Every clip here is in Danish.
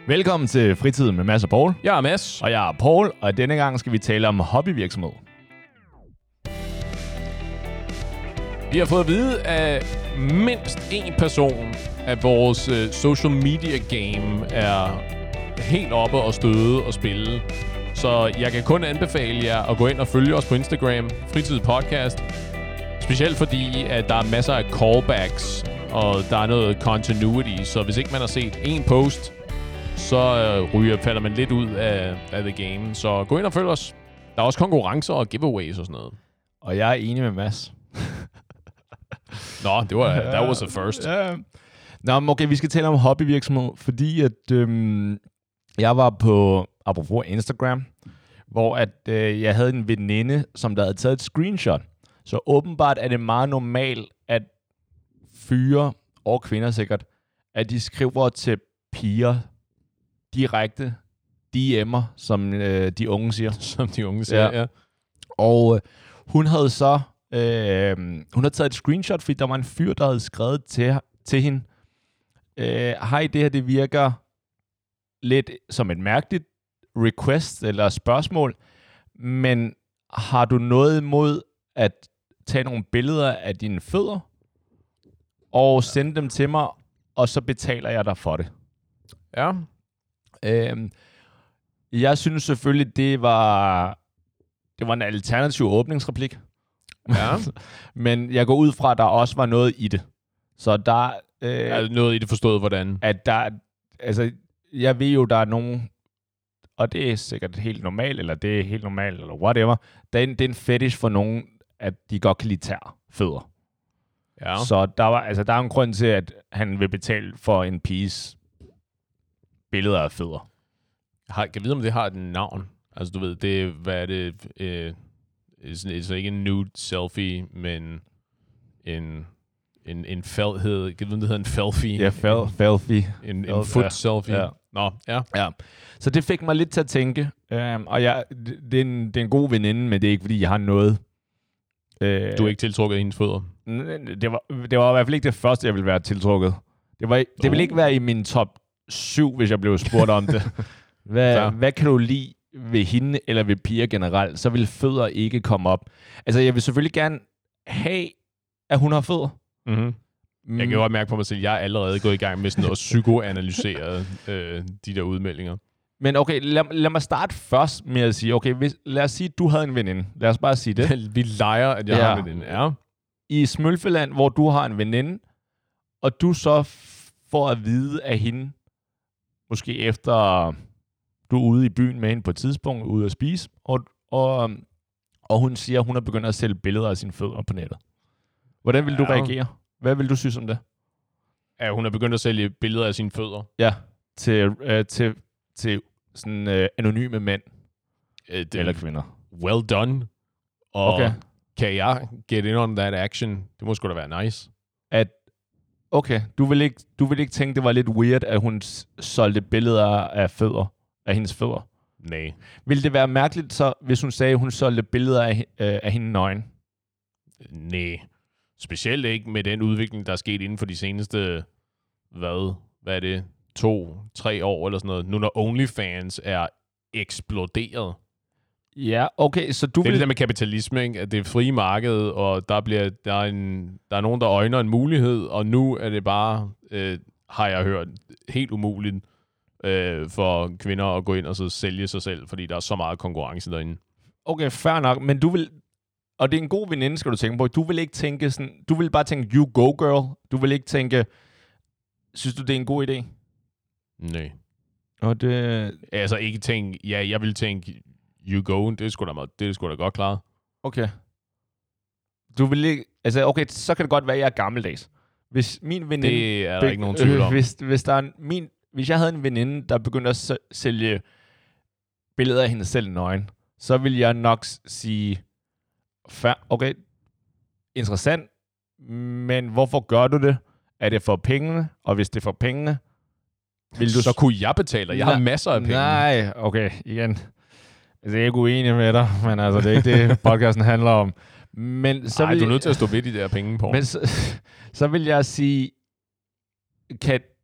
Velkommen til Fritiden med Mads og Paul. Jeg er Mads. Og jeg er Paul, og denne gang skal vi tale om hobbyvirksomhed. Vi har fået at vide af mindst én person, at vores social media game er helt oppe og støde og spille. Så jeg kan kun anbefale jer at gå ind og følge os på Instagram, Fritid Podcast. Specielt fordi, at der er masser af callbacks, og der er noget continuity. Så hvis ikke man har set en post, så falder man lidt ud af the game. Så gå ind og følg os. Der er også konkurrencer og giveaways og sådan noget. Og jeg er enig med Mads. Nå, that was the first. Ja. Nå, okay, vi skal tale om hobbyvirksomhed, fordi at jeg var på, apropos Instagram, hvor at jeg havde en veninde, som der havde taget et screenshot. Så åbenbart er det meget normalt, at fyre og kvinder sikkert, at de skriver til piger direkte DM'er, som de unge siger. Som de unge siger, ja. Og hun havde så hun havde taget et screenshot, fordi der var en fyr, der havde skrevet til hende. Hej, det her det virker lidt som et mærkeligt request eller spørgsmål, men har du noget imod at tage nogle billeder af dine fødder og sende dem til mig, og så betaler jeg dig for det? Ja. Jeg synes selvfølgelig, det var en alternativ åbningsreplik. Ja. Men jeg går ud fra, at der også var noget i det. Så der er noget i det forstået, hvordan? At der, altså, jeg ved jo, der er nogen, og det er sikkert helt normalt, eller det er helt normalt, eller whatever. Det er en fetish for nogen, at de godt kan lide tær fødder. Ja. Så der er en grund til, at han vil betale for en piges billeder af fødder. Kan jeg vide, om det har et navn? Altså, du ved, hvad er det? Så ikke en nude selfie, men en fældhed. Kan du vide, det hedder en felfie? Ja, felfie. En foot selfie. Ja. Nå, ja. Så det fik mig lidt til at tænke. Og det er en god veninde, men det er ikke, fordi jeg har noget. Du er ikke tiltrukket af hendes fødder? Det var i hvert fald ikke det første, jeg ville være tiltrukket. Det ville ikke være i min top 7, hvis jeg blev spurgt om det. Hvad kan du lide ved hende eller ved piger generelt? Så vil fødder ikke komme op. Altså, jeg vil selvfølgelig gerne have, at hun har fødder. Mm-hmm. Jeg kan jo godt mærke på mig selv, at jeg er allerede gået i gang med sådan at psykoanalysere de der udmeldinger. Men okay, lad mig starte først med at sige, okay, lad os sige, at du havde en veninde. Lad os bare sige det. Vi leger, at jeg har en veninde. Ja. I Smølfeland, hvor du har en veninde, og du så får at vide af hende, måske efter du er ude i byen med hende på et tidspunkt, ude at spise, og hun siger, at hun er begyndt at sælge billeder af sine fødder på nettet. Hvordan vil du reagere? Hvad vil du synes om det? Ja, hun er begyndt at sælge billeder af sine fødder. Ja, til sådan anonyme mænd eller kvinder. Well done. Og okay. Kan jeg get in on that action? Det må sgu da være nice. Okay, du vil ikke tænke, det var lidt weird, at hun solgte billeder af hendes fødder? Nej. Ville det være mærkeligt så, hvis hun sagde, at hun solgte billeder af hende nøgen? Nej. Specielt ikke med den udvikling, der er sket inden for de seneste, hvad er det, 2-3 år eller sådan noget. Nu når OnlyFans er eksploderet. Ja, okay, så du det er det der med kapitalisme, ikke? At det er frie marked, og der er nogen, der øjner en mulighed, og nu er det bare, har jeg hørt, helt umuligt for kvinder at gå ind og så sælge sig selv, fordi der er så meget konkurrence derinde. Okay, fair nok, men du vil, og det er en god veninde, skal du tænke på, du vil ikke tænke sådan, du vil bare tænke, you go girl, du vil ikke tænke, synes du det er en god idé? Nej. Og det... Altså ikke tænke, ja, jeg vil tænke, you go, det er sgu da godt klaret. Okay. Du vil ikke, altså okay, så kan det godt være, at jeg er gammeldags. Hvis min veninde... Det er der ikke nogen tvivl om. Hvis jeg havde en veninde, der begyndte at sælge billeder af hende selv nøgen, så vil jeg nok sige, okay, interessant, men hvorfor gør du det? Er det for pengene? Og hvis det er for pengene, vil du... Så kunne jeg betale dig. Jeg har masser af penge. Nej, okay, igen. Altså, jeg er ikke uenig med dig, men altså, det er ikke det, podcasten handler om. Men så du er nødt til at stå ved de der penge på. Men så vil jeg sige,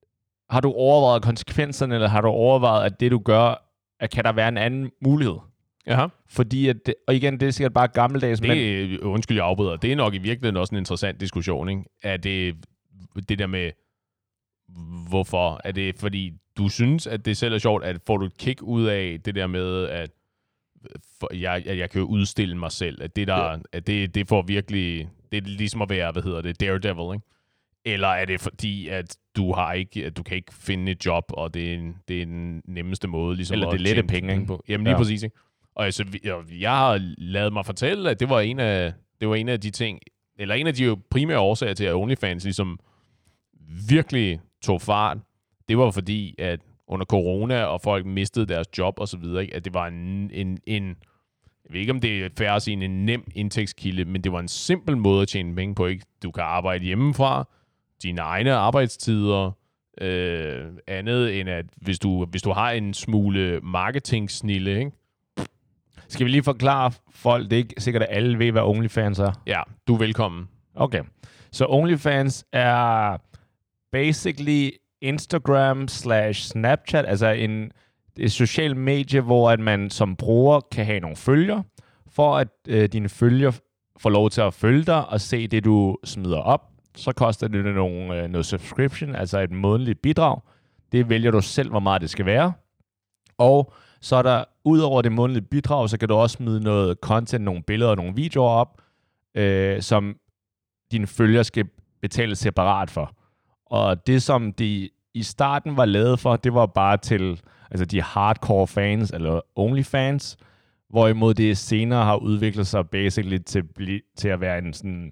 har du overvejet konsekvenserne, eller har du overvejet, at det, du gør, at kan der være en anden mulighed? Jaha. Fordi, og igen, det er sikkert bare gammeldags, men... Undskyld, jeg afbryder. Det er nok i virkeligheden også en interessant diskussion, ikke? Er det der med, hvorfor? Er det fordi, du synes, at det selv er sjovt, at får du et kick ud af det der med, at jeg kan jo udstille mig selv, at det får virkelig, det er ligesom at være, Daredevil, ikke? Eller er det fordi, at du kan ikke finde et job, og det er den nemmeste måde, ligesom eller det lette penge på? Jamen lige præcis, ikke? Og altså, jeg har ladet mig fortælle, at det var en af de ting, eller en af de primære årsager til, at OnlyFans ligesom virkelig tog fart. Det var fordi, at under corona, og folk mistede deres job og så videre, ikke? At det var en jeg ved ikke, om det er fair at sige, en nem indtægtskilde, men det var en simpel måde at tjene penge på, ikke? Du kan arbejde hjemmefra, dine egne arbejdstider, andet end at hvis du har en smule marketingsnille, ikke? Skal vi lige forklare folk, det er ikke sikkert, at alle ved, hvad OnlyFans er? Ja, du er velkommen. Okay. Så OnlyFans er basically Instagram/Snapchat, altså et socialt medie, hvor at man som bruger kan have nogle følger, for at dine følger får lov til at følge dig og se det, du smider op. Så koster det noget subscription, altså et månedligt bidrag. Det vælger du selv, hvor meget det skal være. Og så er der, ud over det månedlige bidrag, så kan du også smide noget content, nogle billeder og nogle videoer op, som dine følgere skal betale separat for. Og det, som de i starten var lavet for, det var bare til altså de hardcore fans, eller OnlyFans, hvorimod det senere har udviklet sig basically til at være en sådan...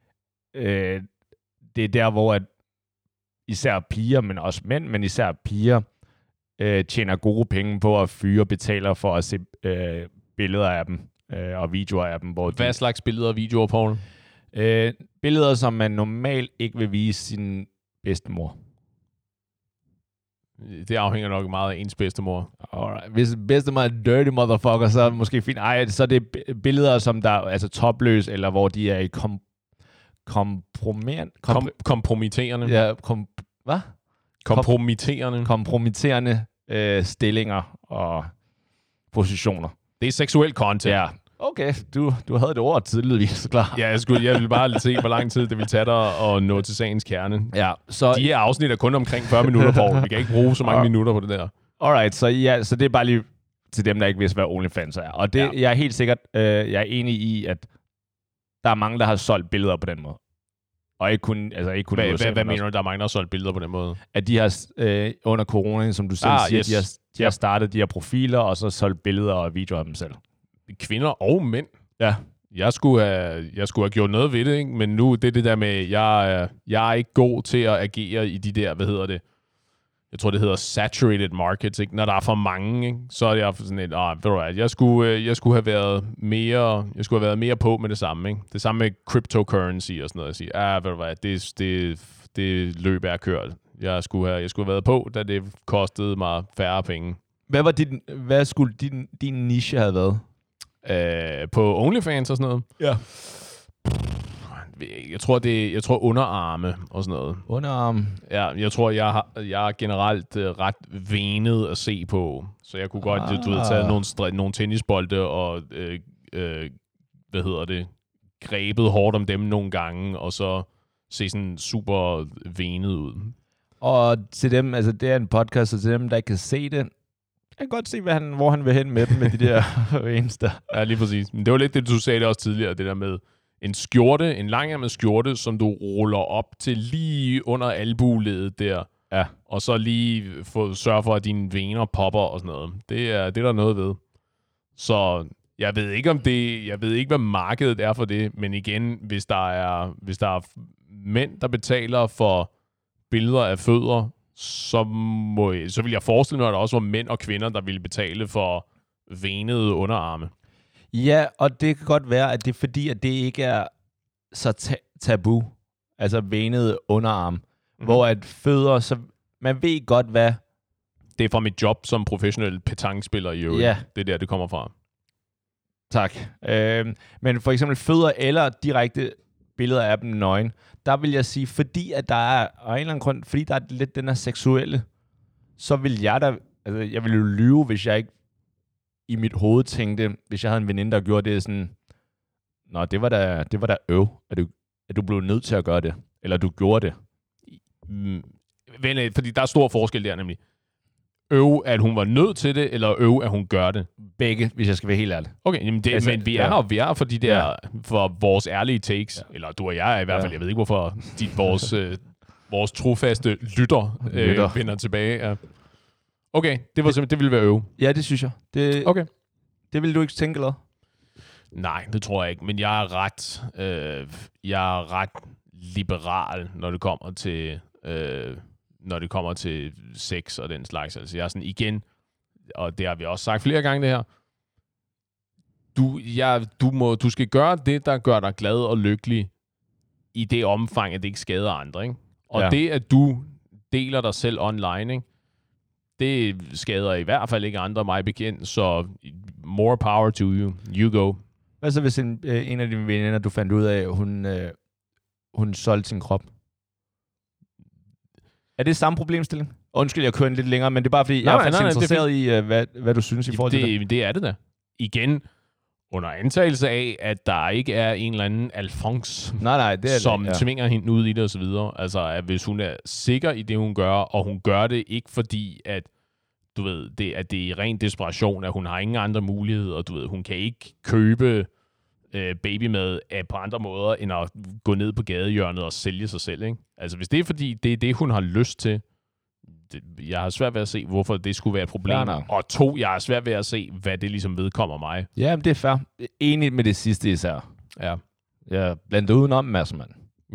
det er der, hvor at især piger, men også mænd, men især piger, tjener gode penge på, at fyre betaler for at se billeder af dem og videoer af dem. Hvad slags billeder og videoer, Paul? Billeder, som man normalt ikke vil vise sin bedstemor. Det afhænger nok meget af ens bedstemor. Alright. Hvis bedstemor er dirty motherfucker, så er det måske fint. Ej, så er det billeder, som der er altså topløs, eller hvor de er i kompromitterende. Ja, hvad? Kompromitterende stillinger og positioner. Det er seksuel content. Ja. Okay, du havde det ord tidligvis, så klar. Ja, jeg ville bare se, hvor lang tid det ville tage dig at nå til sagens kerne. Ja, så de her afsnit er kun omkring 40 minutter, Paul. Vi kan ikke bruge så mange minutter på det der. Alright, så det er bare lige til dem, der ikke vidste, hvad OnlyFans er. Og det, jeg er helt sikkert, jeg er enig i, at der er mange, der har solgt billeder på den måde. Og ikke kun hvad mener du, der er mange, der har solgt billeder på den måde? At de har under corona, som du selv siger, de har startet de her profiler, og så solgt billeder og videoer af dem selv. Kvinder og mænd. Ja. Jeg skulle have gjort noget ved det, ikke? Men nu det der med, jeg er ikke god til at agere i de der, jeg tror, det hedder saturated markets, ikke? Når der er for mange, ikke? Så er jeg sådan et, ved du hvad, jeg skulle have været mere på med det samme, ikke? Det samme med cryptocurrency og sådan noget. Jeg siger, ved du hvad, det løb er kørt. Jeg skulle have været på, da det kostede mig færre penge. Hvad skulle din niche have været? På OnlyFans og sådan noget? Ja. Jeg tror underarme og sådan noget. Underarme? Ja, jeg tror, jeg er generelt ret venet at se på. Så jeg kunne godt, tage nogle tennisbolde og, grebet hårdt om dem nogle gange, og så se sådan super venet ud. Og til dem, altså det er en podcast, så til dem, der ikke kan se det, jeg kan godt se, hvor han vil hen med dem, med de der eneste. Ja, lige præcis. Men det var lidt det, du sagde det også tidligere, det der med en langærmet skjorte, som du ruller op til lige under albueledet der. Ja. Og så lige sørge for, at dine vener popper og sådan noget. Det er der noget ved. Så jeg ved ikke, hvad markedet er for det, men igen, hvis der er mænd, der betaler for billeder af fødder, så vil jeg forestille mig, at der også var mænd og kvinder, der ville betale for venede underarme. Ja, og det kan godt være, at det er fordi, at det ikke er så tabu. Altså venede underarm. Hvor at fødder, så man ved godt, hvad... Det er fra mit job som professionel petangspiller i øvrigt. Ja. Det er der, det kommer fra. Tak. Men for eksempel fødder eller direkte billeder af dem nøgen, der vil jeg sige, fordi at der er, af en eller anden grund, fordi der er lidt den her seksuelle, så vil jeg da, altså jeg ville jo lyve, hvis jeg ikke i mit hoved tænkte, hvis jeg havde en veninde, der gjorde det sådan, nå, det var da at du blev nødt til at gøre det, eller du gjorde det. Fordi der er stor forskel der nemlig. At hun var nødt til det, eller at hun gør det? Begge, hvis jeg skal være helt ærlig. Okay, jamen altså, men vi er her for de der, for vores ærlige takes, eller du og jeg i hvert fald, jeg ved ikke hvorfor vores trofaste lytter vender tilbage. Ja. Okay, det var simpelthen, det ville være Ja, det synes jeg. Okay. Det ville du ikke tænke, eller? Nej, det tror jeg ikke, men jeg er ret liberal, når det kommer til sex og den slags. Altså jeg er sådan igen, og det har vi også sagt flere gange det her, du skal gøre det, der gør dig glad og lykkelig i det omfang, at det ikke skader andre, ikke? Og det, at du deler dig selv online, ikke? Det skader i hvert fald ikke andre mig bekendt, så more power to you. You go. Hvad så hvis en af dine veninder, du fandt ud af, at hun solgte sin krop? Er det samme problemstilling? Undskyld, jeg kører lidt længere, men det er bare fordi, jeg er faktisk interesseret i, hvad du synes i forhold til det. Det er det da. Igen, under antagelse af, at der ikke er en eller anden Alphonse, som tvinger hende ud i det og så videre. Altså, at hvis hun er sikker i det, hun gør, og hun gør det ikke fordi, at du ved, at det er ren desperation, at hun har ingen andre muligheder, du ved, hun kan ikke købe babymad på andre måder, end at gå ned på gadehjørnet og sælge sig selv, ikke? Altså, hvis det er fordi, det er det, hun har lyst til, jeg har svært ved at se, hvorfor det skulle være et problem. Og 2, jeg har svært ved at se, hvad det ligesom vedkommer mig. Ja, men det er fair. Enig med det sidste især. Ja. Jeg blander udenom, Mads, mand.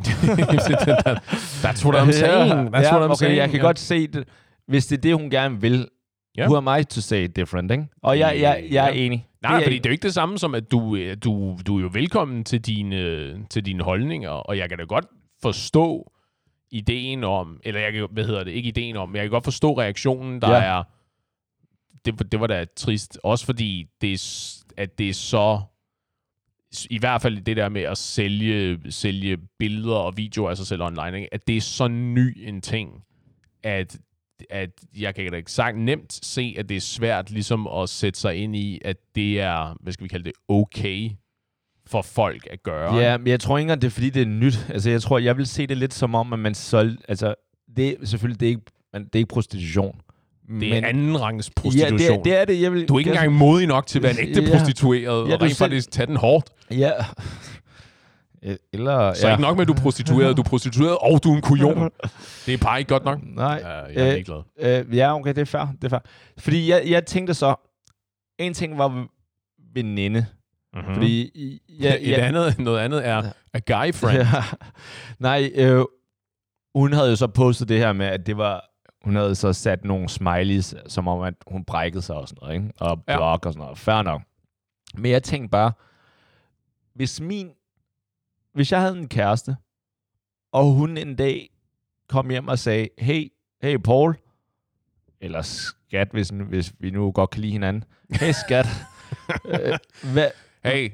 That's what I'm saying. That's what I'm saying. Jeg kan godt se det, hvis det er det, hun gerne vil. Who am I to say different, ikke? Og jeg er enig. Nej, fordi det er jo ikke det samme som, at du er jo velkommen til dine holdninger, og jeg kan da godt forstå ideen om, eller jeg kan, ikke ideen om, men jeg kan godt forstå reaktionen, der er, det var da trist, også fordi det er så, i hvert fald det der med at sælge billeder og videoer af sig selv online, ikke? At det er så ny en ting, at jeg kan da ikke sagt nemt se, at det er svært ligesom at sætte sig ind i, at det er, hvad skal vi kalde det, okay for folk at gøre. Ja, men jeg tror ikke engang, det er fordi, det er nyt. Altså, jeg tror, jeg vil se det lidt som om, at man altså, det er selvfølgelig, det er ikke prostitution. Det er andenrangs prostitution. Ja, det er det. Du er ikke engang modig nok til at være en ægte prostitueret, og rent faktisk tage den hårdt. Ja. Eller, så ikke nok med, at du er prostitueret, og du er en kujon. Det er bare ikke godt nok. Nej. Jeg er ikke glad. Ja, okay, det er fair. Fordi jeg tænkte så, en ting var veninde. Mm-hmm. Fordi noget andet er a guy friend. Ja. Nej, hun havde jo så postet det her med, at det var, hun havde så sat nogle smileys, som om, at hun brækkede sig og sådan noget, ikke? Og blog og sådan noget. Fair nok. Men jeg tænkte bare, hvis jeg havde en kæreste, og hun en dag kom hjem og sagde, hey Paul, eller skat, hvis vi nu godt kan lide hinanden. Hey skat. Hey,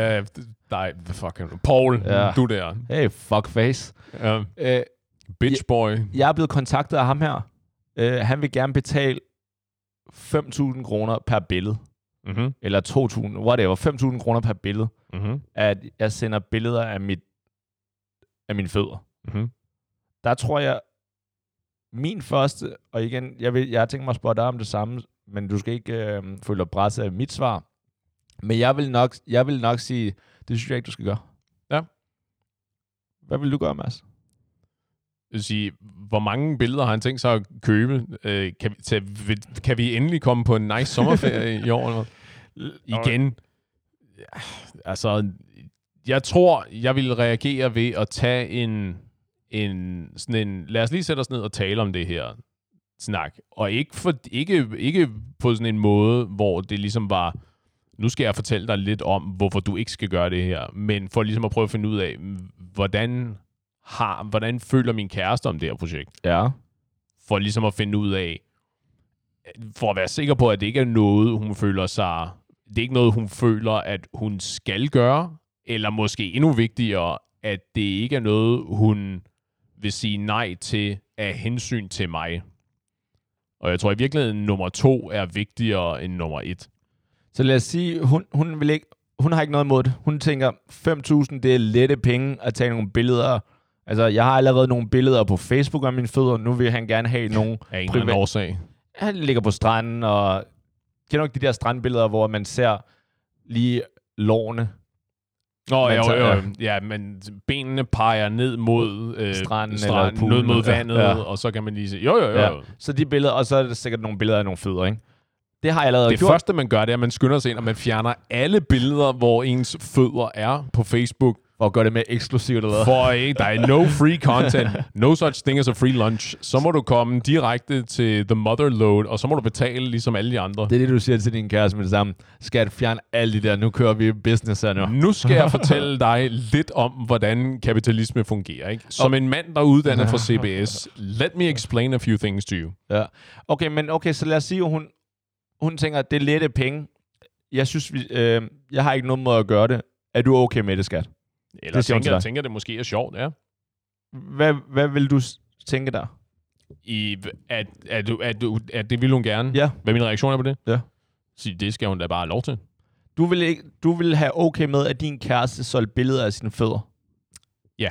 Paul, du der. Hey, fuckface. Bitch boy. Jeg er blevet kontaktet af ham her. Han vil gerne betale 5.000 kroner per billede. Mm-hmm. Eller 2.000, whatever. 5.000 kroner per billede. Mm-hmm. At jeg sender billeder af mine fødder. Mm-hmm. Der tror jeg, min første, og igen, jeg har tænkt mig at spørge dig om det samme, men du skal ikke føle dig presset af mit svar. Men jeg vil nok sige, det synes jeg ikke, du skal gøre. Ja. Hvad vil du gøre, Mads? Jeg vil sige, hvor mange billeder har han tænkt sig at købe? Kan vi endelig komme på en nice sommerferie i år? Eller? Igen. Altså, jeg tror, jeg vil reagere ved at tage en lad os lige sætte os ned og tale om det her snak. Og ikke på sådan en måde, hvor det ligesom var, nu skal jeg fortælle dig lidt om, hvorfor du ikke skal gøre det her, men for ligesom at prøve at finde ud af, hvordan føler min kæreste om det her projekt? Ja. For ligesom at finde ud af, for at være sikker på, at det ikke er noget, hun føler at hun skal gøre, eller måske endnu vigtigere, at det ikke er noget, hun vil sige nej til af hensyn til mig. Og jeg tror i virkeligheden, nummer 2 er vigtigere end nummer 1. Så lad os sige, hun har ikke noget imod det. Hun tænker, 5.000, det er lette penge at tage nogle billeder. Altså, jeg har allerede nogle billeder på Facebook af mine fødder. Nu vil han gerne have nogle... Af en eller anden årsag. Han ligger på stranden, og kender du ikke de der strandbilleder, hvor man ser lige lårene? Ja, men benene peger ned mod stranden eller poolen, ned mod vandet, og så kan man lige se, jo. Ja. Så de billeder, og så er der sikkert nogle billeder af nogle fødder, ikke? Det har jeg allerede gjort. Det første, man gør, det er, at man skynder sig ind, og man fjerner alle billeder, hvor ens fødder er på Facebook. For at gøre det mere eksklusivt, eller for ikke, der er no free content. No such thing as a free lunch. Så må du komme direkte til The Motherload, og så må du betale ligesom alle de andre. Det er det, du siger til din kæreste med det samme. Skal fjerne alle de der, nu kører vi business her nu. Nu skal jeg fortælle dig lidt om, hvordan kapitalisme fungerer. Ikke? Som en mand, der er uddannet fra CBS. Let me explain a few things to you. Ja. Okay, så lad os sige, at hun tænker, at det er lette penge. Jeg synes, jeg har ikke noget måde at gøre det. Er du okay med det, skat? Eller jeg tænker, det måske er sjovt, ja. Hvad vil du tænke der? At det vil hun gerne? Ja. Hvad min reaktion er på det? Ja. Så det skal hun da bare have lov til. Du vil have okay med, at din kæreste solgte billeder af sine fødder? Ja.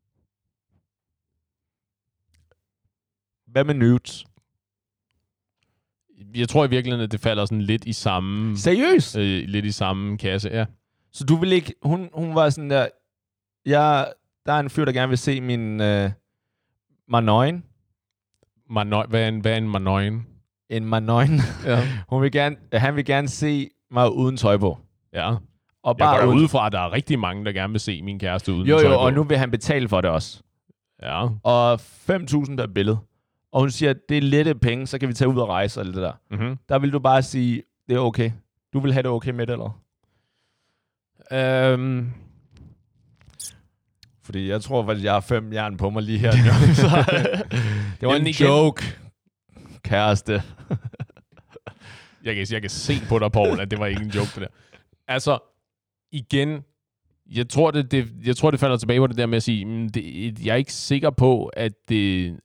Hvad med nudes? Jeg tror i virkeligheden, at det falder sådan lidt i samme... Seriøst? Lidt i samme kasse, ja. Så du vil ikke... Hun var sådan der... Der er en fyr, der gerne vil se min... Manøjen. Hvad er en manøjen? En manøjen. Ja. Han vil gerne se mig uden tøj på. Ja. Og bare jeg går udefra, at der er rigtig mange, der gerne vil se min kæreste uden tøj på. Jo, og nu vil han betale for det også. Ja. Og 5.000 per billede. Og hun siger, at det er lette penge, så kan vi tage ud og rejse og alt det der. Mm-hmm. Der vil du bare sige, det er okay. Du vil have det okay med det, eller? Fordi jeg tror faktisk, jeg har 5 jern på mig lige her. Det var en joke, kæreste. Jeg kan se på dig, Paul, at det var ikke en joke, det der. Altså, igen, jeg tror, det falder tilbage på det der med at sige, jeg er ikke sikker på, at det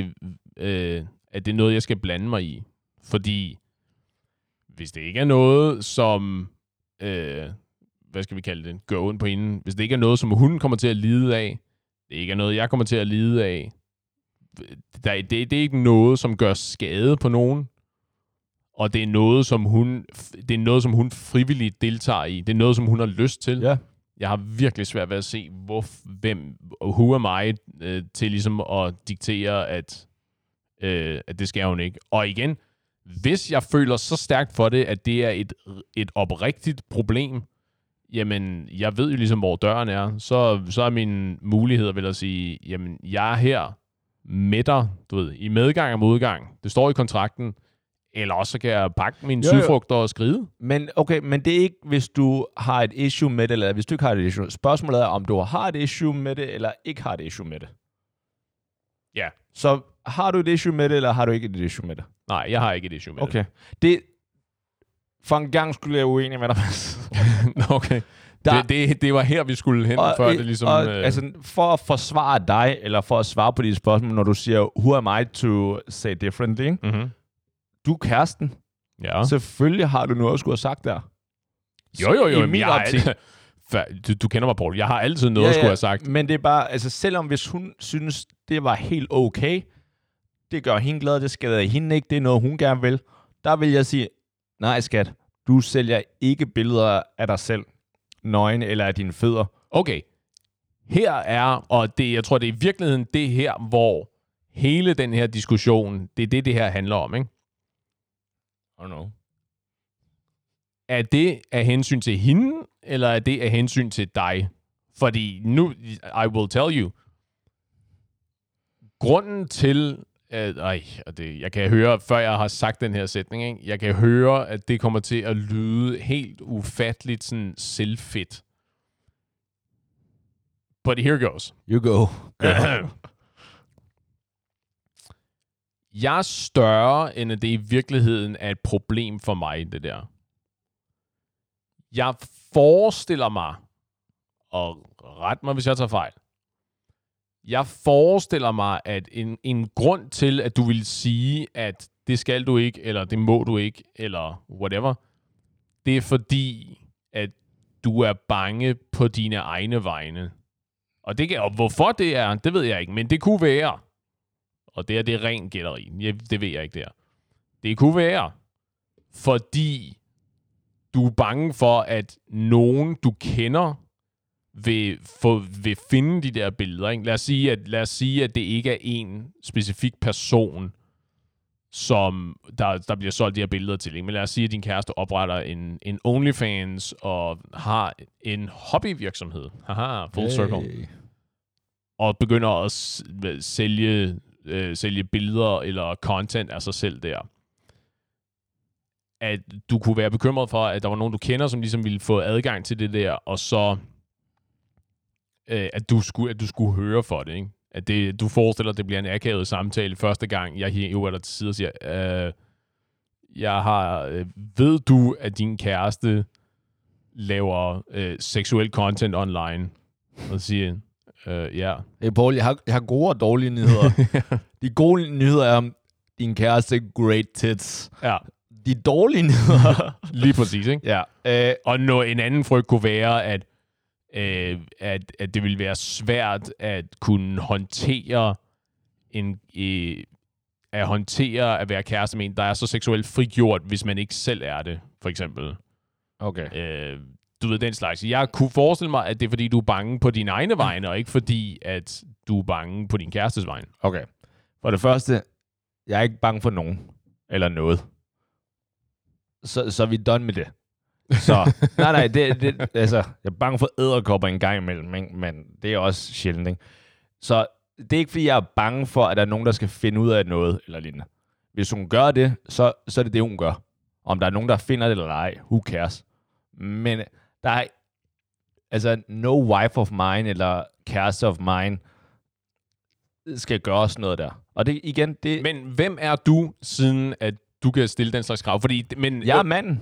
er noget, jeg skal blande mig i. Fordi hvis det ikke er noget, som... hvad skal vi kalde det? Gåen på hende. Hvis det ikke er noget, som hun kommer til at lide af, det ikke er noget, jeg kommer til at lide af, det er ikke noget, som gør skade på nogen, og det er noget, som hun frivilligt deltager i. Det er noget, som hun har lyst til. Ja. Jeg har virkelig svært ved at se, who er mig til ligesom at diktere, at det skal hun ikke. Og igen, hvis jeg føler så stærkt for det, at det er et oprigtigt problem, jamen, jeg ved jo ligesom, hvor døren er, så er min mulighed vel at sige, jamen, jeg er her med dig, du ved, i medgang og modgang. Det står i kontrakten. Eller også så kan jeg pakke mine sydfrugter og skride. Men okay, men det er ikke, hvis du har et issue med det, eller hvis du ikke har et issue. Spørgsmålet er, om du har et issue med det, eller ikke har et issue med det. Ja. Så har du et issue med det, eller har du ikke et issue med det? Nej, jeg har ikke et issue med det. Okay. For en gang skulle jeg uenig med dig. Okay. Det var her, vi skulle hen, før det ligesom... Altså, for at forsvare dig, eller for at svare på de spørgsmål, når du siger, who am I to say differently? Mm-hmm. Du er kæresten. Ja. Selvfølgelig har du noget at skulle have sagt der. Jo. I min optik. Du kender mig, Paul. Jeg har altid noget at skulle have sagt. Men det er bare, altså selvom hvis hun synes, det var helt okay, det gør hende glad, det skader hende ikke, det er noget, hun gerne vil, der vil jeg sige, nej skat, du sælger ikke billeder af dig selv, nøgen eller af dine fødder. Okay. Her er, og jeg tror, det er i virkeligheden det her, hvor hele den her diskussion, det er det her handler om, ikke? I don't know. Er det af hensyn til hende, eller er det af hensyn til dig? Fordi nu, I will tell you, grunden til, jeg kan høre, før jeg har sagt den her sætning, ikke? Jeg kan høre, at det kommer til at lyde helt ufatteligt sådan selvfedt. But here goes. You go. Jeg er større, end at det i virkeligheden er et problem for mig, det der. Jeg forestiller mig, og ret mig, hvis jeg tager fejl, Jeg forestiller mig, at en grund til, at du vil sige, at det skal du ikke, eller det må du ikke, eller whatever, det er fordi, at du er bange på dine egne vegne. Og hvorfor det er, det ved jeg ikke, men det kunne være, og det er ren gætteri, det ved jeg ikke der. Det kunne være, fordi du er bange for, at nogen, du kender, vil finde de der billeder. Ikke? Lad os sige, at det ikke er en specifik person, som der bliver solgt de her billeder til. Ikke? Men lad os sige, at din kæreste opretter en OnlyFans og har en hobbyvirksomhed. Haha, full circle. Og begynder at sælge billeder eller content af sig selv der. At du kunne være bekymret for, at der var nogen, du kender, som ligesom ville få adgang til det der, og så at du skulle høre for det, ikke? At du forestiller, at det bliver en akavet samtale første gang, jeg hiver dig til side og siger, ved du, at din kæreste laver seksuel content online? Og siger, ja. Hey Paul, jeg har gode og dårlige nyheder. De gode nyheder er, din kæreste great tits. Ja. De dårlige nyheder. Lige præcis, ikke? Ja. Og en anden frygt kunne være, at det ville være svært at kunne håndtere at være kæreste med en, der er så seksuelt frigjort, hvis man ikke selv er det, for eksempel. Okay. Du ved, den slags. Jeg kunne forestille mig, at det er, fordi du er bange på dine egne vegne, og ikke fordi, at du er bange på din kærestes vegne. Okay. For det første, jeg er ikke bange for nogen eller noget. Så er vi done med det. Så, nej, altså, jeg er bange for edderkopper en gang imellem, ikke? Men det er også sjældent, ikke? Så det er ikke, fordi jeg er bange for, at der er nogen, der skal finde ud af noget eller lignende. Hvis hun gør det, så er det det, hun gør. Om der er nogen, der finder det eller ej, who cares? Men der er altså no wife of mine eller kæreste of mine skal gøre sådan noget der. Og det igen, det... Men hvem er du, siden at du kan stille den slags krav? Jeg er manden.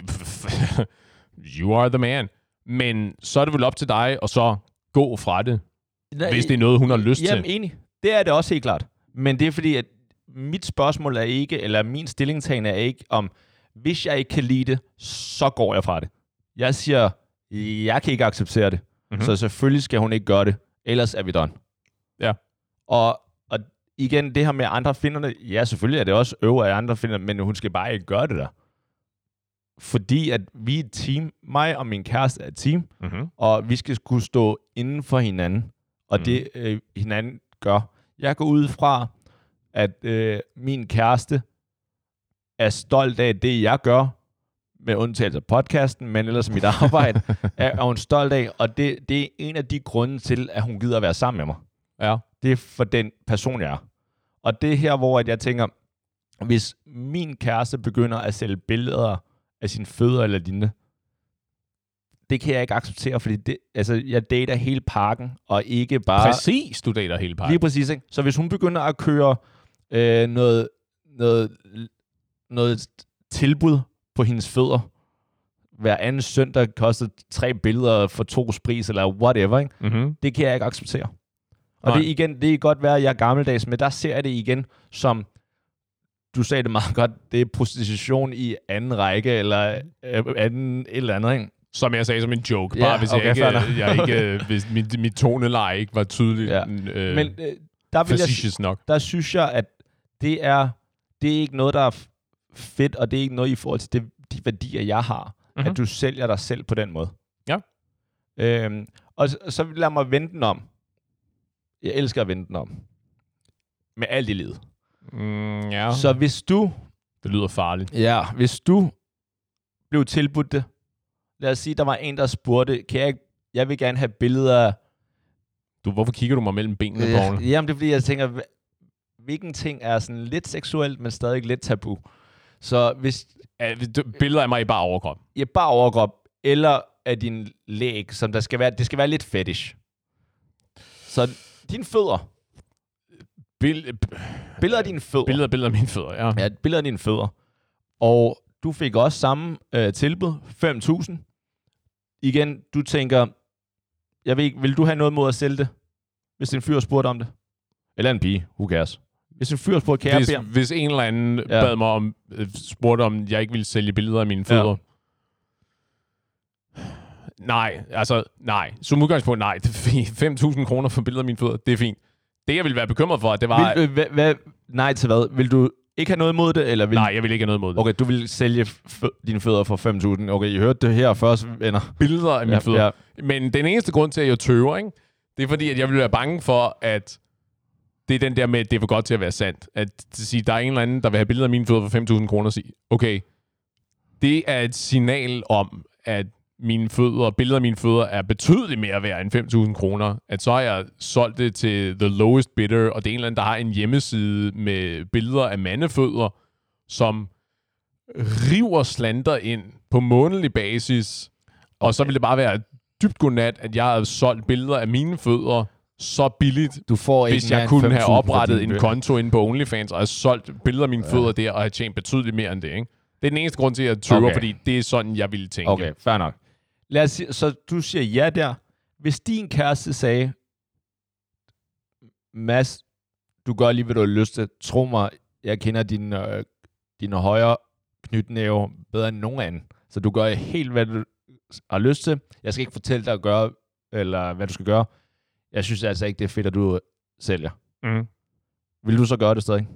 You are the man. Men så er det vel op til dig, og så gå fra det, hvis det er noget, hun har lyst til. Jamen enig. Det er det også helt klart. Men det er fordi, at mit spørgsmål er ikke, eller min stillingtagen er ikke om, hvis jeg ikke kan lide det, så går jeg fra det. Jeg siger, jeg kan ikke acceptere det. Mm-hmm. Så selvfølgelig skal hun ikke gøre det. Ellers er vi done. Ja. Og igen, det her med andre finder det, ja, selvfølgelig er det også af andre finder, men hun skal bare ikke gøre det der. Fordi at vi er et team, mig og min kæreste er et team, mm-hmm. og vi skal kunne stå inden for hinanden, og det hinanden gør. Jeg går ud fra, at min kæreste er stolt af det, jeg gør, med undtagelse af podcasten, men ellers mit arbejde, er hun stolt af, og det er en af de grunde til, at hun gider at være sammen med mig. Ja. Det er for den person, jeg er. Og det er her, hvor jeg tænker, hvis min kæreste begynder at sælge billeder af sine fødder eller lignende, det kan jeg ikke acceptere, fordi jeg dater hele pakken, og ikke bare... Præcis, du dater hele pakken. Lige præcis, ikke? Så hvis hun begynder at køre noget tilbud på hendes fødder, hver anden søndag koster 3 billeder for 2 pris, eller whatever, ikke? Mm-hmm. Det kan jeg ikke acceptere. Og det kan godt være, at jeg er gammeldags, men der ser jeg det igen som, du sagde det meget godt, det er prostitution i anden række, eller et eller andet, ikke? Som jeg sagde som en joke, bare hvis hvis mit toneleje ikke var tydeligt. Ja. Men der synes jeg, at det er ikke noget, der er fedt, og det er ikke noget i forhold til de værdier, jeg har, mm-hmm. at du sælger dig selv på den måde. Ja. Og så lad mig vente den om. Jeg elsker at vente den om. Med alt i livet. Ja. Så hvis du... Det lyder farligt. Ja, hvis du blev tilbudt det. Lad os sige, der var en, der spurgte, jeg vil gerne have billeder af... Hvorfor kigger du mig mellem benene, Paul? Jamen, det er fordi, jeg tænker, hvilken ting er sådan lidt seksuelt, men stadig lidt tabu. Så hvis... Billeder af mig i bare overkrop? Ja, bare overkrop. Eller af din læg, som det skal være lidt fetish. Så dine fødder. Billeder af dine fødder. Billeder af mine fødder, ja. Ja, billeder af dine fødder. Og du fik også samme tilbud, 5.000. Igen, du tænker, jeg ved ikke, vil du have noget mod at sælge det? hvis en fyr spurgte om det? Eller en pige, who cares? Hvis en fyr spurgte, kan jeg bede om... Hvis en eller anden bad mig om, spurgte om, jeg ikke ville sælge billeder af mine fødder. Nej. Som udgangspunkt, nej. Det er fint. 5.000 kroner for billeder af mine fødder, det er fint. Det, jeg ville være bekymret for, det var... Nej til hvad? Vil du ikke have noget imod det? Eller Nej, jeg vil ikke have noget imod det. Okay, du vil sælge dine fødder for 5.000. Okay, I hørte det her først, venner. Billeder af mine fødder. Ja. Men den eneste grund til, at jeg tøver, ikke? Det er fordi, at jeg vil være bange for, at det er den der med, at det er for godt til at være sandt. At sige, der er en eller anden, der vil have billeder af mine fødder for 5.000 kroner, og sige, okay, det er et signal om, at billeder af mine fødder er betydeligt mere værd end 5.000 kroner. At så har jeg solgt det til the lowest bidder, og det er en eller anden, der har en hjemmeside med billeder af mandefødder, som river slanter ind på månedlig basis. Og så vil det bare være dybt godnat, at jeg har solgt billeder af mine fødder så billigt, hvis jeg kunne have oprettet en konto inde på OnlyFans, og have solgt billeder af mine fødder der, og have tjent betydeligt mere end det, ikke? Det er den eneste grund til, at jeg tøver, fordi det er sådan, jeg ville tænke. Okay, fair nok. Lad os sige, så du siger ja der. Hvis din kæreste sagde, Mads, du gør lige, hvad du har lyst til. Tro mig, jeg kender din højre knytnæve bedre end nogen anden. Så du gør helt, hvad du har lyst til. Jeg skal ikke fortælle dig at gøre, eller hvad du skal gøre. Jeg synes altså ikke, det er fedt, at du sælger. Mm. Vil du så gøre det stadig?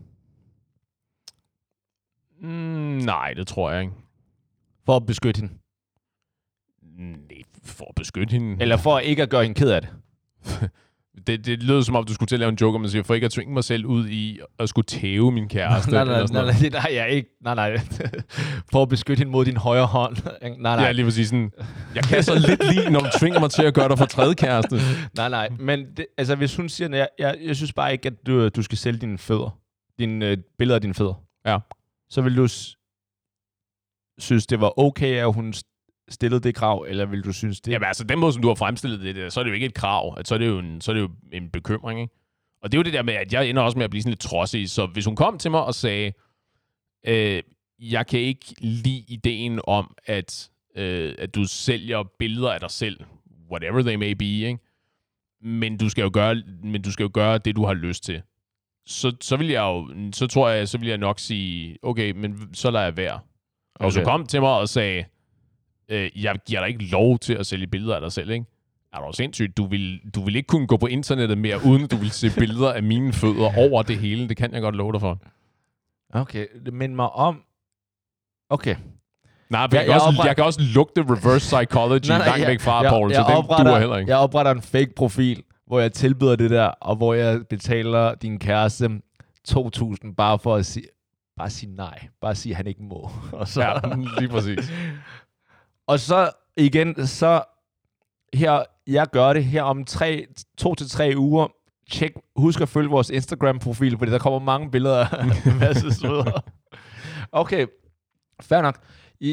Nej, det tror jeg ikke. For at beskytte hende? Nej, for at beskytte hende. Eller for ikke at gøre hende ked af det? Det lød som om, du skulle til at lave en joke, og man siger, for ikke at tvinge mig selv ud i at skulle tæve min kæreste. Nej, det er jeg ikke. Nej. For at beskytte hende mod din højre hånd. Nej. Ja, lige præcis sådan. Jeg kan så lidt lide, når du tvinger mig til at gøre dig for tredje kæreste. Nej. Men det, altså, hvis hun siger, jeg synes bare ikke, at du skal sælge dine fødder. Dine billeder af dine fødder. Ja. Så vil du synes, det var okay, at hun stillede det krav, eller vil du synes det? Jamen altså, den måde, som du har fremstillet det, så er det jo ikke et krav. Så er det jo en bekymring, ikke? Og det er jo det der med, at jeg ender også med at blive sådan lidt trodsig. Så hvis hun kom til mig og sagde, jeg kan ikke lide ideen om, at du sælger billeder af dig selv, whatever they may be, ikke? Men du skal jo gøre det, du har lyst til. Så vil jeg nok sige, okay, men så lader jeg være. Og hvis du kom til mig og sagde, jeg giver dig ikke lov til at sælge billeder af dig selv, ikke? Er du sindssygt? Du vil ikke kunne gå på internettet mere, uden at du vil se billeder af mine fødder over det hele. Det kan jeg godt love dig for. Okay, det minder mig om... Okay. Nej, jeg kan også lugte reverse psychology langt væk fra, Paul, så den duer heller ikke. Jeg opretter en fake profil, hvor jeg tilbyder det der, og hvor jeg betaler din kæreste 2.000 bare for at sige... Bare sige nej. Bare sige, at han ikke må. Og så, ja, lige præcis. Og så igen, så her, jeg gør det her om 2 til 3 uger. Husk at følge vores Instagram-profil, fordi der kommer mange billeder af en masse søder. Okay, fair nok.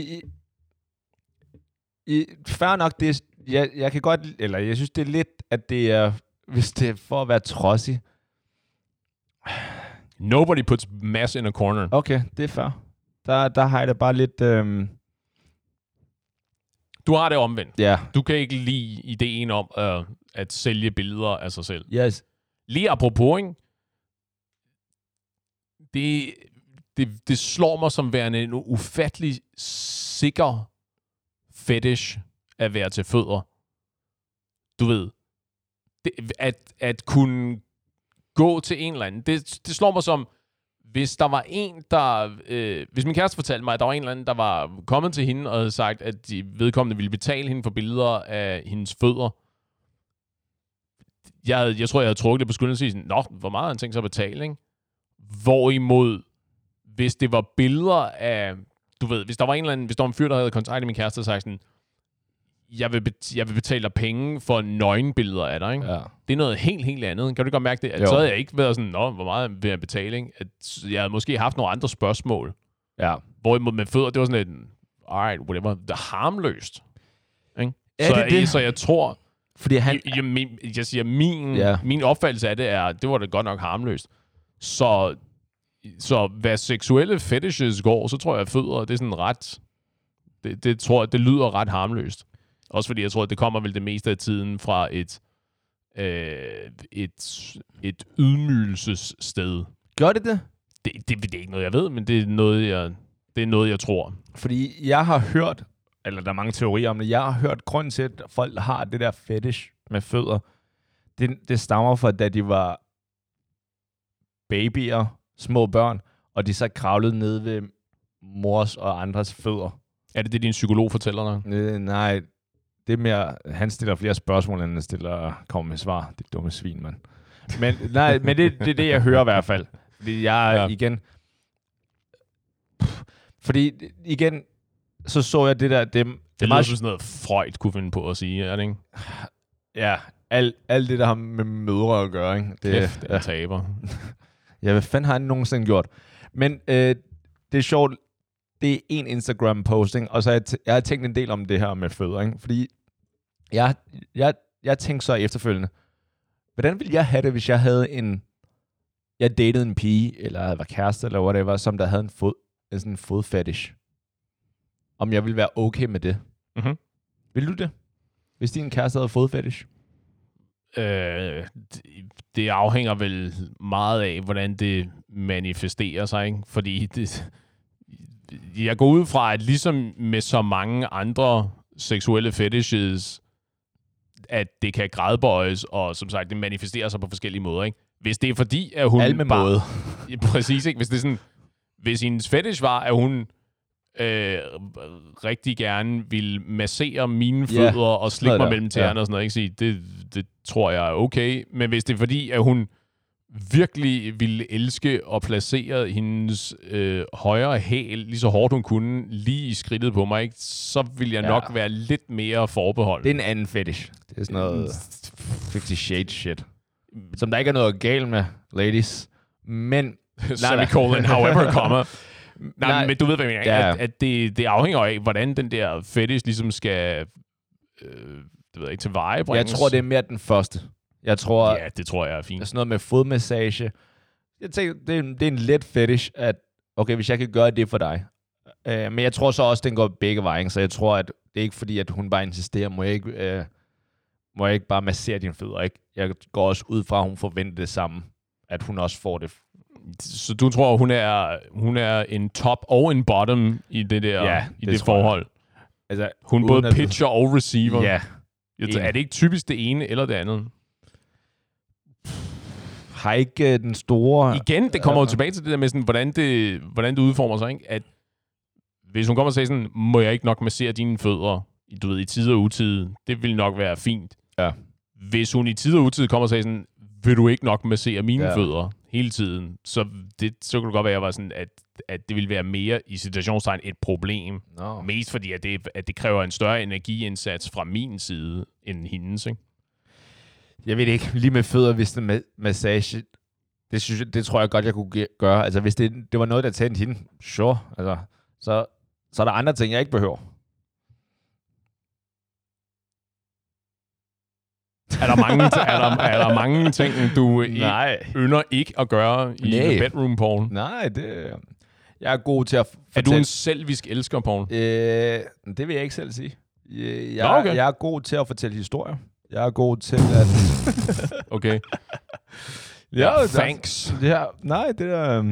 Fair nok, det er, jeg kan godt, eller jeg synes, det er lidt, at det er, hvis det er for at være trodsig. Nobody puts Mads in a corner. Okay, det er fair. Der har jeg det bare lidt... Du har det omvendt. Ja. Du kan ikke lide ideen om at sælge billeder af sig selv. Yes. Lige apropos, ikke? Det slår mig som værende en ufattelig sikker fetish at være til fødder. Du ved, at kunne gå til en eller anden. Det slår mig som, hvis der var en, der... hvis min kæreste fortalte mig, at der var en eller anden, der var kommet til hende og havde sagt, at de vedkommende ville betale hende for billeder af hendes fødder. Jeg tror, jeg havde trukket det på skulderen og sige sådan, nå, hvor meget har han tænkt sig at betale, ikke? Hvorimod, hvis det var billeder af... Du ved, hvis der var en fyr, der havde kontaktet min kæreste og sagt sådan, jeg vil betale dig penge for nøgenbilleder af dig, ikke? Ja. Det er noget helt, helt andet. Kan du godt mærke det? At så havde jeg ikke været sådan, nå, hvor meget vil jeg betale, ikke? At jeg havde måske haft nogle andre spørgsmål. Ja. Hvorimod med fødder, det var sådan et, alright, whatever, det er harmløst. Ikke? Så jeg tror... Fordi jeg siger, min opfattelse af det er, det var det godt nok harmløst. Så hvad seksuelle fetishes går, så tror jeg, at fødder, det er sådan ret... Det lyder ret harmløst. Også fordi jeg tror, at det kommer vel det meste af tiden fra et et ydmygelsessted. Gør det? Det er ikke noget, jeg ved, men det er noget, jeg tror. Fordi jeg har hørt, eller der er mange teorier om det, jeg har hørt grunden til, at folk har det der fetish med fødder. Det stammer fra, da de var babyer, små børn, og de så kravlede ned ved mors og andres fødder. Er det din psykolog fortæller dig? Nej, det er mere, han stiller flere spørgsmål, end han kommer med svar. Det er dumme svin, mand. Men det er det, jeg hører i hvert fald. Fordi igen, så jeg det der... Det lyder som sådan noget, Freud kunne finde på at sige, er det ikke? Ja, alt det, der har med mødre at gøre, ikke? Det er taber. Ja, hvad fanden har han nogensinde gjort? Men det er sjovt, det er en Instagram-posting, og så jeg har tænkt en del om det her med fødder, ikke? Fordi jeg tænkte så efterfølgende, hvordan ville jeg have det, hvis jeg havde jeg datede en pige, eller var kæreste, eller whatever, som der havde en fodfetish? Om jeg ville være okay med det? Mm-hmm. Vil du det? Hvis din kæreste havde fodfetish? Det afhænger vel meget af, hvordan det manifesterer sig, ikke? Fordi jeg går ud fra, at ligesom med så mange andre seksuelle fetishes, at det kan gradbøjes, og som sagt, det manifesterer sig på forskellige måder, ikke? Hvis det er fordi, at hun... Alle med måde. Præcis, ikke? Hvis det er sådan... Hvis hendes fetish var, at hun rigtig gerne vil massere mine fødder og slikke mig mellem tæerne og sådan noget, ikke? Sige, det tror jeg er okay. Men hvis det er fordi, at hun virkelig ville elske at placere hendes højre hæl lige så hårdt hun kunne, lige i skridtet på mig, ikke? Så vil jeg nok være lidt mere forbeholden. Det er en anden fetish. Det er sådan noget 50 Shades shit. Som der ikke er noget galt med, ladies. Men... Semicolon, however, comma. Nej, men du ved, hvad jeg mener. Ja. At det afhænger af, hvordan den der fetish ligesom skal det ved jeg ikke, til veje bringes. Jeg tror, det er mere den første. Jeg tror, ja, det tror jeg er fint. Sådan noget med fodmassage. Jeg tænker, det er en let fetish, at okay, hvis jeg kan gøre det for dig. Men jeg tror så også, den går begge veje. Så jeg tror, at det er ikke fordi, at hun bare insisterer, må jeg ikke bare massere dine fødder, ikke? Jeg går også ud fra, at hun forventer det samme, at hun også får det. Så du tror, hun er en top og en bottom i det der det forhold? Altså, hun både pitcher og receiver? Ja. Er det ikke typisk det ene eller det andet? Har ikke den store... Igen, det kommer jo tilbage til det der med, sådan, hvordan det udformer sig, ikke? At hvis hun kommer og siger sådan, må jeg ikke nok massere dine fødder, du ved, i tid og utid, det vil nok være fint. Ja. Hvis hun i tid og utid kommer og siger sådan, vil du ikke nok massere mine fødder hele tiden, så kunne det godt være, at jeg var sådan, at det ville være mere i situationstegn et problem. No. Mest fordi, at det kræver en større energiindsats fra min side end hendes, ikke? Jeg ved ikke, lige med fødder, hvis det med massage, det tror jeg godt, jeg kunne gøre. Altså, hvis det var noget, der tændte hende, sure. Altså, så er der andre ting, jeg ikke behøver. Er der mange ting, du ynder ikke at gøre i bedroom porn? Nej, jeg er god til at fortælle. Er du en selvisk elsker, Paul? Det vil jeg ikke selv sige. Jeg er god til at fortælle historier. Jeg er god til at... Okay. Thanks. Ja, nej, det der...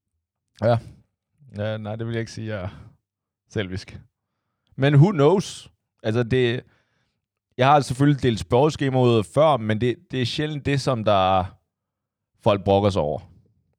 nej, det vil jeg ikke sige, jeg er selvisk. Men who knows? Altså, det... Jeg har selvfølgelig delt spørgeskemaer ud før, men det er sjældent det, som der folk brokker sig over.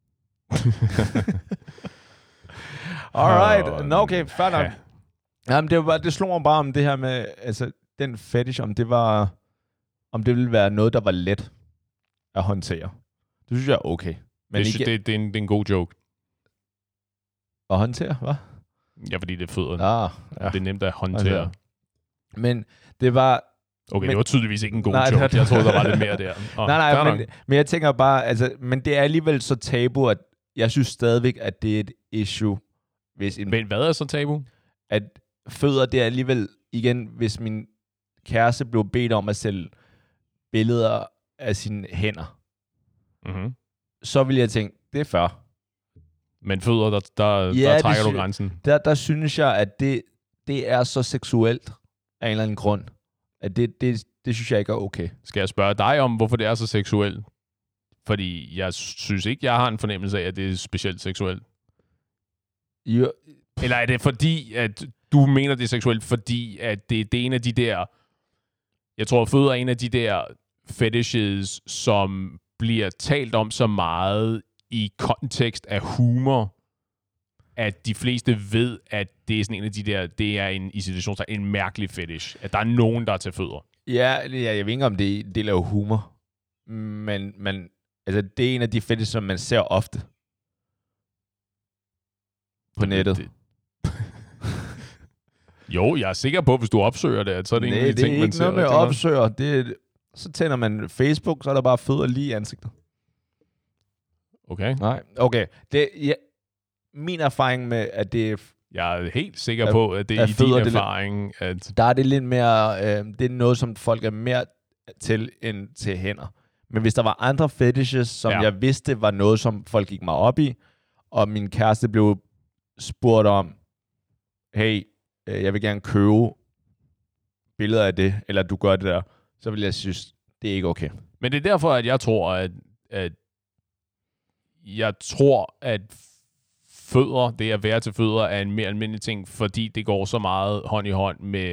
Alright. Nå, okay, fair nok. Jamen, det slog mig bare om det her med, altså, den fetish, om det ville være noget, der var let at håndtere. Det synes jeg er okay. Men det er en god joke. At håndtere, hvad? Ja, fordi det er fødderne. Det er nemt at håndtere. Men det var... Okay, det var tydeligvis ikke en god joke. Jeg troede, der var lidt mere der. Nej, men jeg tænker bare, altså, men det er alligevel så tabu, at jeg synes stadigvæk, at det er et issue. Men hvad er så tabu? At fødder, det er alligevel, igen, hvis min kæreste blev bedt om at sælge billeder af sine hænder, så vil jeg tænke, det er fair. Men fødder, der trækker du grænsen? Der synes jeg, at det er så seksuelt af en eller anden grund. At det det synes jeg ikke er okay. Skal jeg spørge dig om, hvorfor det er så seksuelt? Fordi jeg synes ikke, jeg har en fornemmelse af, at det er specielt seksuelt. Jo. Eller er det fordi, at du mener, det er seksuelt, fordi at det er en af de der... Jeg tror, fødder er en af de der fetishes, som bliver talt om så meget i kontekst af humor, at de fleste ved, at det er sådan en af de der... Det er i situationen en mærkelig fetish. At der er nogen, der er til fødder. Ja, jeg ved ikke, om det er jo humor. Men altså, det er en af de fetishes, som man ser ofte på nettet. Jo, jeg er sikker på, hvis du opsøger det, at så er det en af de ting, man ser. Det er ikke noget med opsøger. Så tænder man Facebook, så er der bare fødder lige i ansigtet. Okay. Nej, okay. Min erfaring med, at det... Jeg er helt sikker på, at det er i din erfaring, at... Der er det lidt mere... det er noget, som folk er mere til, end til hænder. Men hvis der var andre fetishes, som jeg vidste var noget, som folk gik mig op i, og min kæreste blev spurgt om, hey, jeg vil gerne købe billeder af det, eller du gør det der, så vil jeg synes, det er ikke okay. Men det er derfor, at jeg tror, at fødder, det at være til fødder, er en mere almindelig ting, fordi det går så meget hånd i hånd med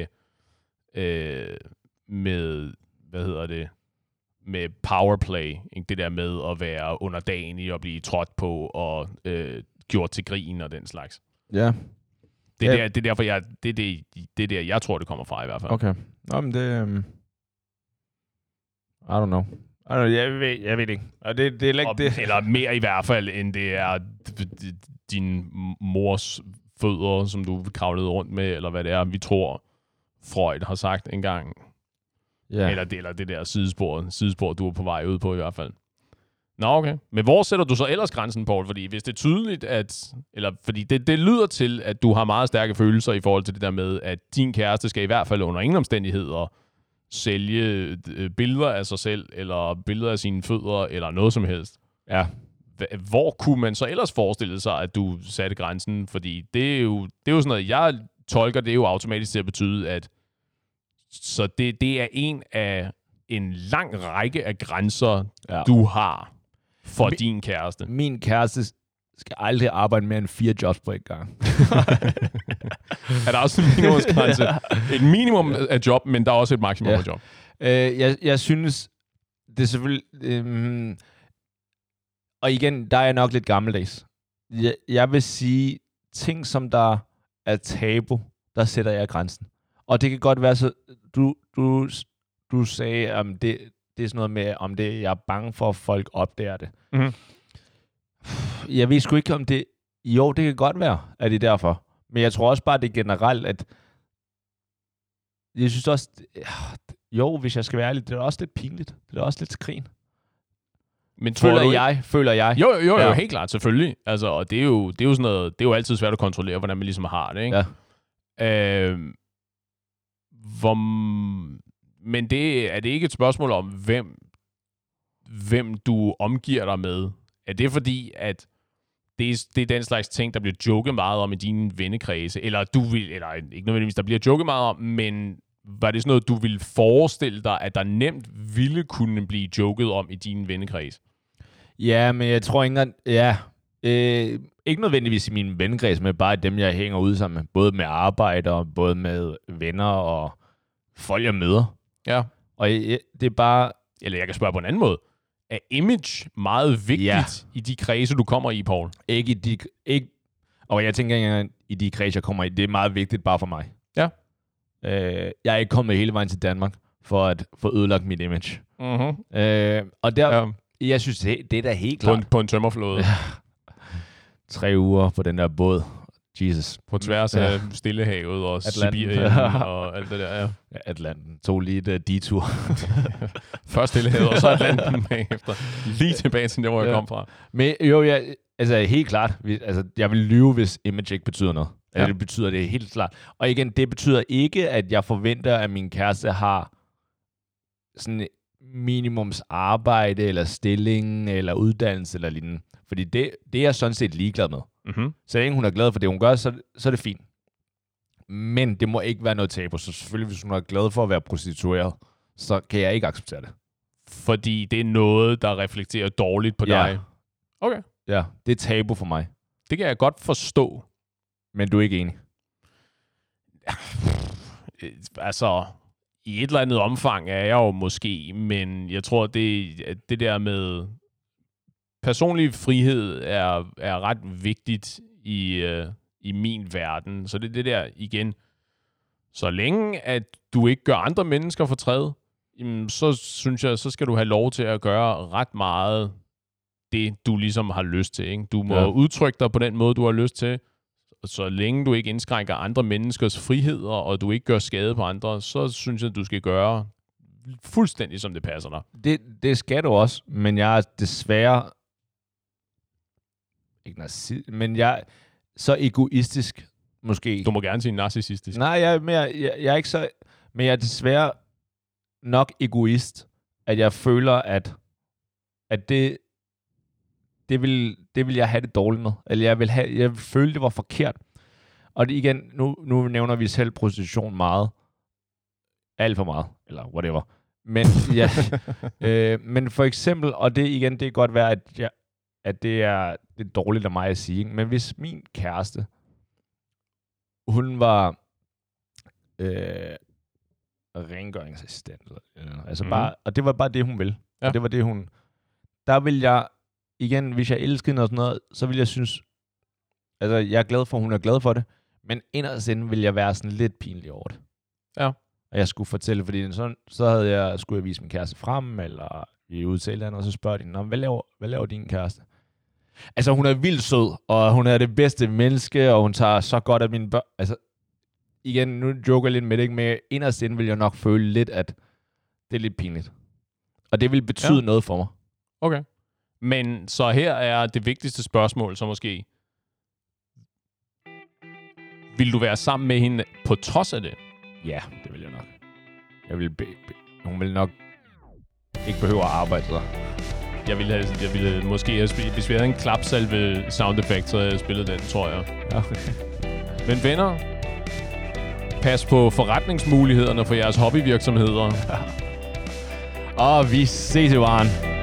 med powerplay, ikke? Det der med at være underdanig og blive trådt på og gjort til grin og den slags. Ja. Det er derfor, det er der, jeg tror, det kommer fra i hvert fald. Okay. Nå, men det... I don't know. Jeg ved ikke. Og det er ikke det. Eller mere i hvert fald, end det er din mors fødder, som du kravlede rundt med, eller hvad det er, vi tror, Freud har sagt engang. Yeah. Eller det der sidespor, du er på vej ud på i hvert fald. Nå, okay. Men hvor sætter du så ellers grænsen, Paul? Fordi hvis det er tydeligt, fordi det lyder til, at du har meget stærke følelser i forhold til det der med, at din kæreste skal i hvert fald under ingen omstændigheder sælge billeder af sig selv, eller billeder af sine fødder, eller noget som helst. Ja. Hvor kunne man så ellers forestille sig, at du satte grænsen? Fordi det er jo sådan noget, jeg tolker det jo automatisk til at betyde, at så det er en lang række af grænser, du har for din kæreste. Min kæreste skal aldrig arbejde mere end 4 jobs på en gang. Er der også en minimumsgrænse? Et minimum af job, men der er også et maksimum af job. Jeg synes, det er selvfølgelig... og igen, der er jeg nok lidt gammeldags. Jeg vil sige, ting som der er tabu, der sætter jeg grænsen. Og det kan godt være så... Du sagde, om det er sådan noget med, om det jeg er bange for, at folk opdager det. Mm-hmm. Jeg ved sgu ikke, om det... Jo, det kan godt være, at det er derfor. Men jeg tror også bare, det er generelt, at... Jeg synes også... Jo, hvis jeg skal være ærlig, det er også lidt pinligt. Det er også lidt skrin. Men føler jeg. Jo, helt klart, selvfølgelig. Altså, og det er jo sådan noget... Det er jo altid svært at kontrollere, hvordan man ligesom har det, ikke? Ja. Men er det ikke et spørgsmål om, hvem du omgiver dig med? Er det fordi, at det er den slags ting, der bliver joket meget om i dine vennekredse? Eller ikke nødvendigvis, der bliver joket meget om, men var det sådan noget, du ville forestille dig, at der nemt ville kunne blive joket om i dine vennekreds? Ja, men jeg tror ikke, ikke nødvendigvis i mine vennekreds, men bare dem, jeg hænger ud sammen med. Både med arbejde, både med venner og folk, jeg møder. Ja. Og det er bare... Eller jeg kan spørge på en anden måde. Er image meget vigtigt i de kredse, du kommer i, Paul? Ikke. Og jeg tænker ikke i de kredse, jeg kommer i. Det er meget vigtigt bare for mig. Ja. Jeg er ikke kommet hele vejen til Danmark for at få ødelagt mit image. Mm-hmm. Og der... Jeg synes, det er da helt klart. På en tømmerflåde. 3 uger på den der båd. Jesus. På tværs af Stillehavet og Sibirien og alt det der, ja. Atlanten. Tog lige et detur. Først Stillehavet, og så Atlanten bagefter. Lige tilbage til der, hvor jeg kom fra. Men jo, helt klart. Jeg vil lyve, hvis image ikke betyder noget. Ja. Det betyder det helt klart. Og igen, det betyder ikke, at jeg forventer, at min kæreste har sådan minimums arbejde, eller stilling, eller uddannelse, eller lignende. Fordi det er jeg sådan set ligeglad med. Mm-hmm. Så længe hun er glad for det, hun gør, så er det fint. Men det må ikke være noget tabu. Så selvfølgelig, hvis hun er glad for at være prostitueret, så kan jeg ikke acceptere det. Fordi det er noget, der reflekterer dårligt på dig? Okay. Ja, det er tabu for mig. Det kan jeg godt forstå. Men du er ikke enig? Altså, i et eller andet omfang er jeg jo måske, men jeg tror, det der med personlig frihed er ret vigtigt i min verden. Så det er det der igen. Så længe at du ikke gør andre mennesker fortræd, så synes jeg, så skal du have lov til at gøre ret meget det, du ligesom har lyst til. Ikke? Du må udtrykke dig på den måde, du har lyst til. Så længe du ikke indskrænker andre menneskers friheder, og du ikke gør skade på andre, så synes jeg, du skal gøre fuldstændig, som det passer dig. Det skal du også, men jeg er desværre ikke men jeg er så egoistisk, måske. Du må gerne sige narcissistisk. Nej, jeg er ikke så, men jeg er desværre nok egoist, at jeg føler, at det vil jeg have det dårligt med. Eller jeg vil føle, det var forkert. Og det, igen, nu nævner vi selv prostitution meget. Alt for meget. Eller whatever. Men, men for eksempel, og det igen, det kan godt være, at det er dårligt af mig at sige. Ikke? Men hvis min kæreste, hun var rengøringsassistent. Altså bare, og det var bare det, hun ville. Ja. Og det var det, hun... Der vil jeg... Igen, hvis jeg elskede noget og sådan noget, så ville jeg synes... Altså, jeg er glad for, at hun er glad for det. Men inderst inde ville jeg være sådan lidt pinlig over det. Ja. Og jeg skulle fortælle, fordi skulle jeg vise min kæreste frem, eller i udtalen, og så spørger de, hvad laver din kæreste? Altså, hun er vildt sød, og hun er det bedste menneske, og hun tager så godt af mine børn. Altså, igen, nu joker jeg lidt med det, ikke? Men inderst inde vil jeg nok føle lidt, at det er lidt pinligt. Og det vil betyde noget for mig. Okay. Men så her er det vigtigste spørgsmål, så måske... Vil du være sammen med hende på trods af det? Ja, det vil jeg nok. Hun vil nok ikke behøve at arbejde der. Jeg ville måske have spillet... Hvis vi havde en klapsalve sound effect, så havde jeg spillet den, tror jeg. Ja, okay. Men venner, pas på forretningsmulighederne for jeres hobbyvirksomheder. Og vi ses i varen.